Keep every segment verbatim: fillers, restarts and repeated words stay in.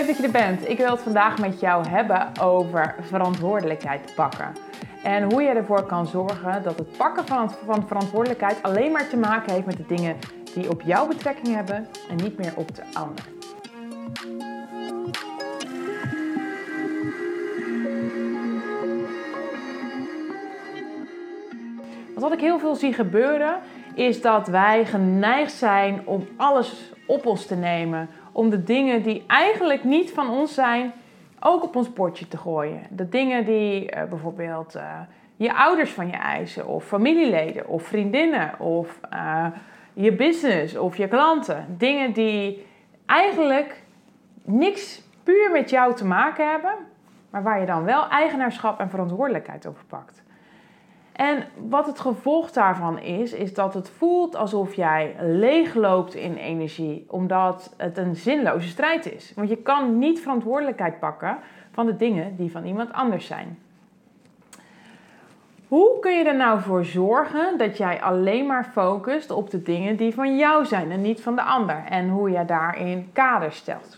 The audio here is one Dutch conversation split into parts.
leuk dat je er bent. Ik wil het vandaag met jou hebben over verantwoordelijkheid pakken. En hoe je ervoor kan zorgen dat het pakken van, van verantwoordelijkheid alleen maar te maken heeft met de dingen die op jou betrekking hebben en niet meer op de ander. Want wat ik heel veel zie gebeuren, is dat wij geneigd zijn om alles op ons te nemen. Om de dingen die eigenlijk niet van ons zijn, ook op ons bordje te gooien. De dingen die uh, bijvoorbeeld uh, je ouders van je eisen, of familieleden, of vriendinnen, of uh, je business, of je klanten. Dingen die eigenlijk niks puur met jou te maken hebben, maar waar je dan wel eigenaarschap en verantwoordelijkheid over pakt. En wat het gevolg daarvan is, is dat het voelt alsof jij leegloopt in energie, omdat het een zinloze strijd is. Want je kan niet verantwoordelijkheid pakken van de dingen die van iemand anders zijn. Hoe kun je er nou voor zorgen dat jij alleen maar focust op de dingen die van jou zijn en niet van de ander? En hoe je daarin kaders stelt.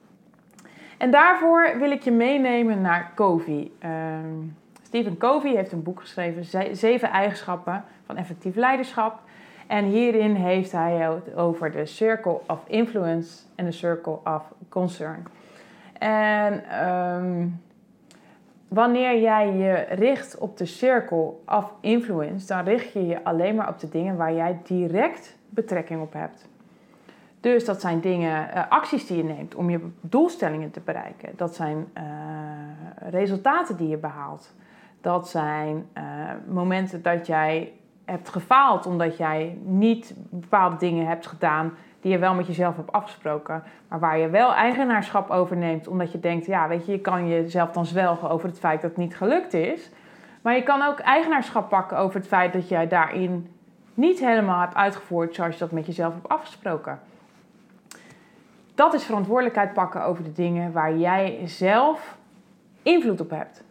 En daarvoor wil ik je meenemen naar Covey. Uh, Stephen Covey heeft een boek geschreven, Zeven eigenschappen van effectief leiderschap. En hierin heeft hij het over de Circle of Influence en de Circle of Concern. En um, wanneer jij je richt op de Circle of Influence, dan richt je je alleen maar op de dingen waar jij direct betrekking op hebt. Dus dat zijn dingen, uh, acties die je neemt om je doelstellingen te bereiken. Dat zijn uh, resultaten die je behaalt. Dat zijn uh, momenten dat jij hebt gefaald omdat jij niet bepaalde dingen hebt gedaan die je wel met jezelf hebt afgesproken, maar waar je wel eigenaarschap over neemt omdat je denkt, ja, weet je, je kan jezelf dan zwelgen over het feit dat het niet gelukt is, maar je kan ook eigenaarschap pakken over het feit dat jij daarin niet helemaal hebt uitgevoerd zoals je dat met jezelf hebt afgesproken. Dat is verantwoordelijkheid pakken over de dingen waar jij zelf invloed op hebt.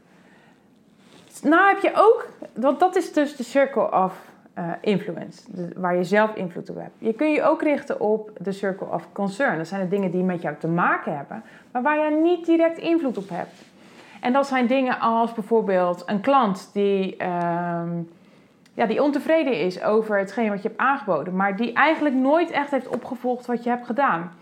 Nou heb je ook, want dat is dus de Circle of uh, Influence, waar je zelf invloed op hebt. Je kun je ook richten op de Circle of Concern. Dat zijn de dingen die met jou te maken hebben, maar waar je niet direct invloed op hebt. En dat zijn dingen als bijvoorbeeld een klant die, uh, ja, die ontevreden is over hetgeen wat je hebt aangeboden, maar die eigenlijk nooit echt heeft opgevolgd wat je hebt gedaan.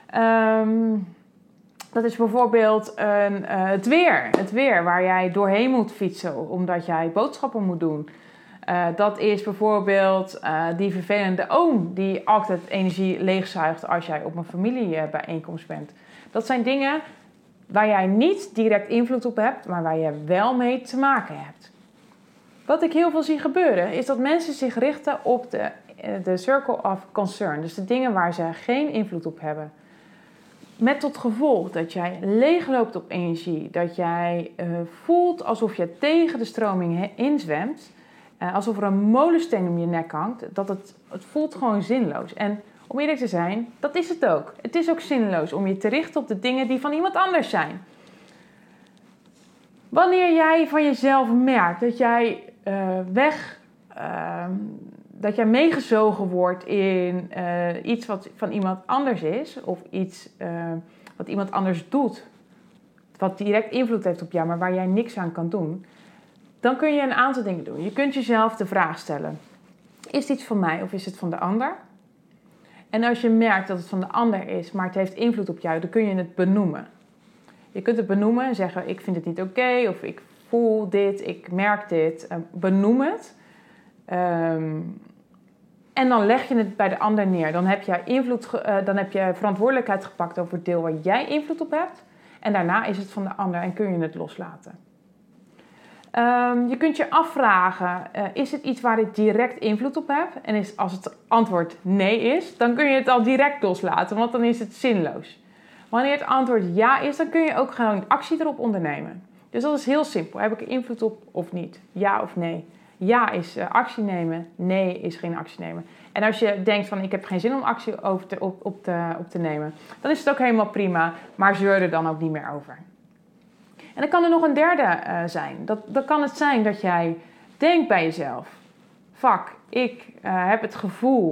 Um, Dat is bijvoorbeeld een, uh, het weer. Het weer waar jij doorheen moet fietsen omdat jij boodschappen moet doen. Uh, dat is bijvoorbeeld uh, die vervelende oom die altijd energie leegzuigt als jij op een familiebijeenkomst bent. Dat zijn dingen waar jij niet direct invloed op hebt, maar waar je wel mee te maken hebt. Wat ik heel veel zie gebeuren is dat mensen zich richten op de, de Circle of Concern. Dus de dingen waar ze geen invloed op hebben. Met tot gevolg dat jij leegloopt op energie. Dat jij uh, voelt alsof je tegen de stroming inzwemt. Uh, alsof er een molensteen om je nek hangt. Dat het, het voelt gewoon zinloos. En om eerlijk te zijn, dat is het ook. Het is ook zinloos om je te richten op de dingen die van iemand anders zijn. Wanneer jij van jezelf merkt dat jij uh, weg... Uh, dat jij meegezogen wordt in uh, iets wat van iemand anders is, of iets uh, wat iemand anders doet, wat direct invloed heeft op jou, maar waar jij niks aan kan doen, dan kun je een aantal dingen doen. Je kunt jezelf de vraag stellen, is dit van mij of is het van de ander? En als je merkt dat het van de ander is, maar het heeft invloed op jou, dan kun je het benoemen. Je kunt het benoemen en zeggen, ik vind het niet oké, of ik voel dit, ik merk dit. Uh, benoem het. Um, en dan leg je het bij de ander neer. Dan heb je, invloed, uh, dan heb je verantwoordelijkheid gepakt over het deel waar jij invloed op hebt. En daarna is het van de ander en kun je het loslaten. Um, je kunt je afvragen, uh, is het iets waar ik direct invloed op heb? En is, als het antwoord nee is, dan kun je het al direct loslaten, want dan is het zinloos. Wanneer het antwoord ja is, dan kun je ook gewoon actie erop ondernemen. Dus dat is heel simpel. Heb ik er invloed op of niet? Ja of nee? Ja is uh, actie nemen, nee is geen actie nemen. En als je denkt van ik heb geen zin om actie over te, op, op, te, op te nemen, dan is het ook helemaal prima, maar zeur er dan ook niet meer over. En dan kan er nog een derde uh, zijn. Dat, dan kan het zijn dat jij denkt bij jezelf, fuck, ik uh, heb het gevoel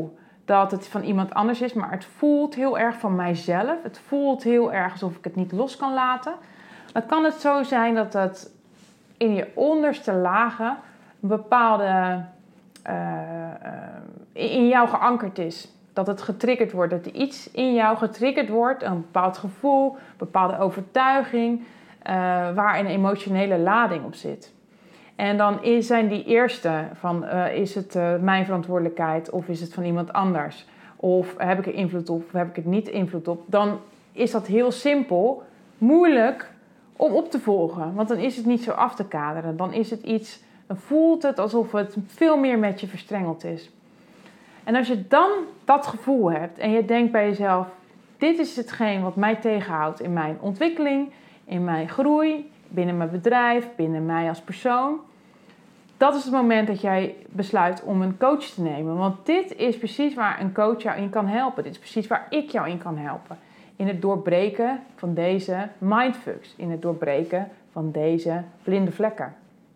dat het van iemand anders is, maar het voelt heel erg van mijzelf. Het voelt heel erg alsof ik het niet los kan laten. Dan kan het zo zijn dat het in je onderste lagen een bepaalde uh, uh, in jou geankerd is. Dat het getriggerd wordt, dat er iets in jou getriggerd wordt, een bepaald gevoel, een bepaalde overtuiging, uh, waar een emotionele lading op zit. En dan is, zijn die eerste van, uh, is het uh, mijn verantwoordelijkheid of is het van iemand anders? Of heb ik er invloed op of heb ik er niet invloed op? Dan is dat heel simpel, moeilijk om op te volgen. Want dan is het niet zo af te kaderen. Dan is het iets, dan voelt het alsof het veel meer met je verstrengeld is. En als je dan dat gevoel hebt en je denkt bij jezelf, dit is hetgeen wat mij tegenhoudt in mijn ontwikkeling, in mijn groei, binnen mijn bedrijf, binnen mij als persoon. Dat is het moment dat jij besluit om een coach te nemen. Want dit is precies waar een coach jou in kan helpen. Dit is precies waar ik jou in kan helpen. In het doorbreken van deze mindfucks. In het doorbreken van deze blinde vlekken.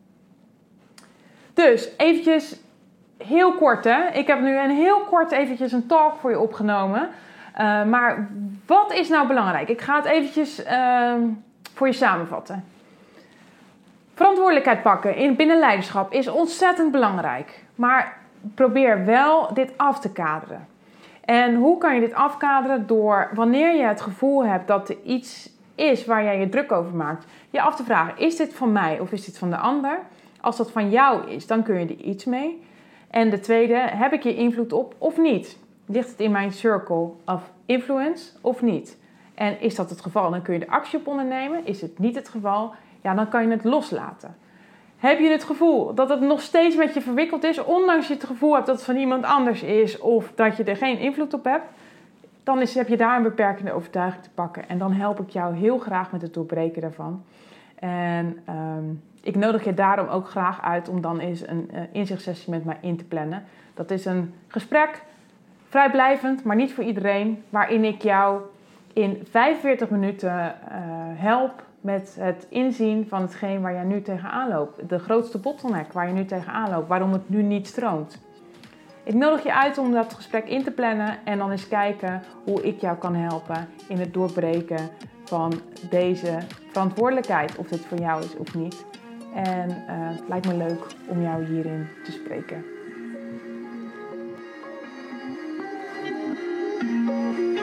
Dus eventjes heel kort hè. Ik heb nu een heel kort eventjes een talk voor je opgenomen. Uh, maar wat is nou belangrijk? Ik ga het eventjes uh, voor je samenvatten. Verantwoordelijkheid pakken in binnen leiderschap is ontzettend belangrijk. Maar probeer wel dit af te kaderen. En hoe kan je dit afkaderen? Door wanneer je het gevoel hebt dat er iets is waar jij je druk over maakt, je af te vragen, is dit van mij of is dit van de ander? Als dat van jou is, dan kun je er iets mee. En de tweede, heb ik hier invloed op of niet? Ligt het in mijn circle of influence of niet? En is dat het geval, dan kun je er actie op ondernemen. Is het niet het geval, ja, dan kan je het loslaten. Heb je het gevoel dat het nog steeds met je verwikkeld is, ondanks je het gevoel hebt dat het van iemand anders is of dat je er geen invloed op hebt, dan is, heb je daar een beperkende overtuiging te pakken. En dan help ik jou heel graag met het doorbreken daarvan. En um, ik nodig je daarom ook graag uit om dan eens een uh, inzichtsessie met mij in te plannen. Dat is een gesprek, vrijblijvend, maar niet voor iedereen, waarin ik jou in vijfenveertig minuten uh, help met het inzien van hetgeen waar jij nu tegenaan loopt. De grootste bottleneck waar je nu tegenaan loopt, waarom het nu niet stroomt. Ik nodig je uit om dat gesprek in te plannen en dan eens kijken hoe ik jou kan helpen in het doorbreken van deze verantwoordelijkheid, of dit voor jou is of niet. En uh, het lijkt me leuk om jou hierin te spreken.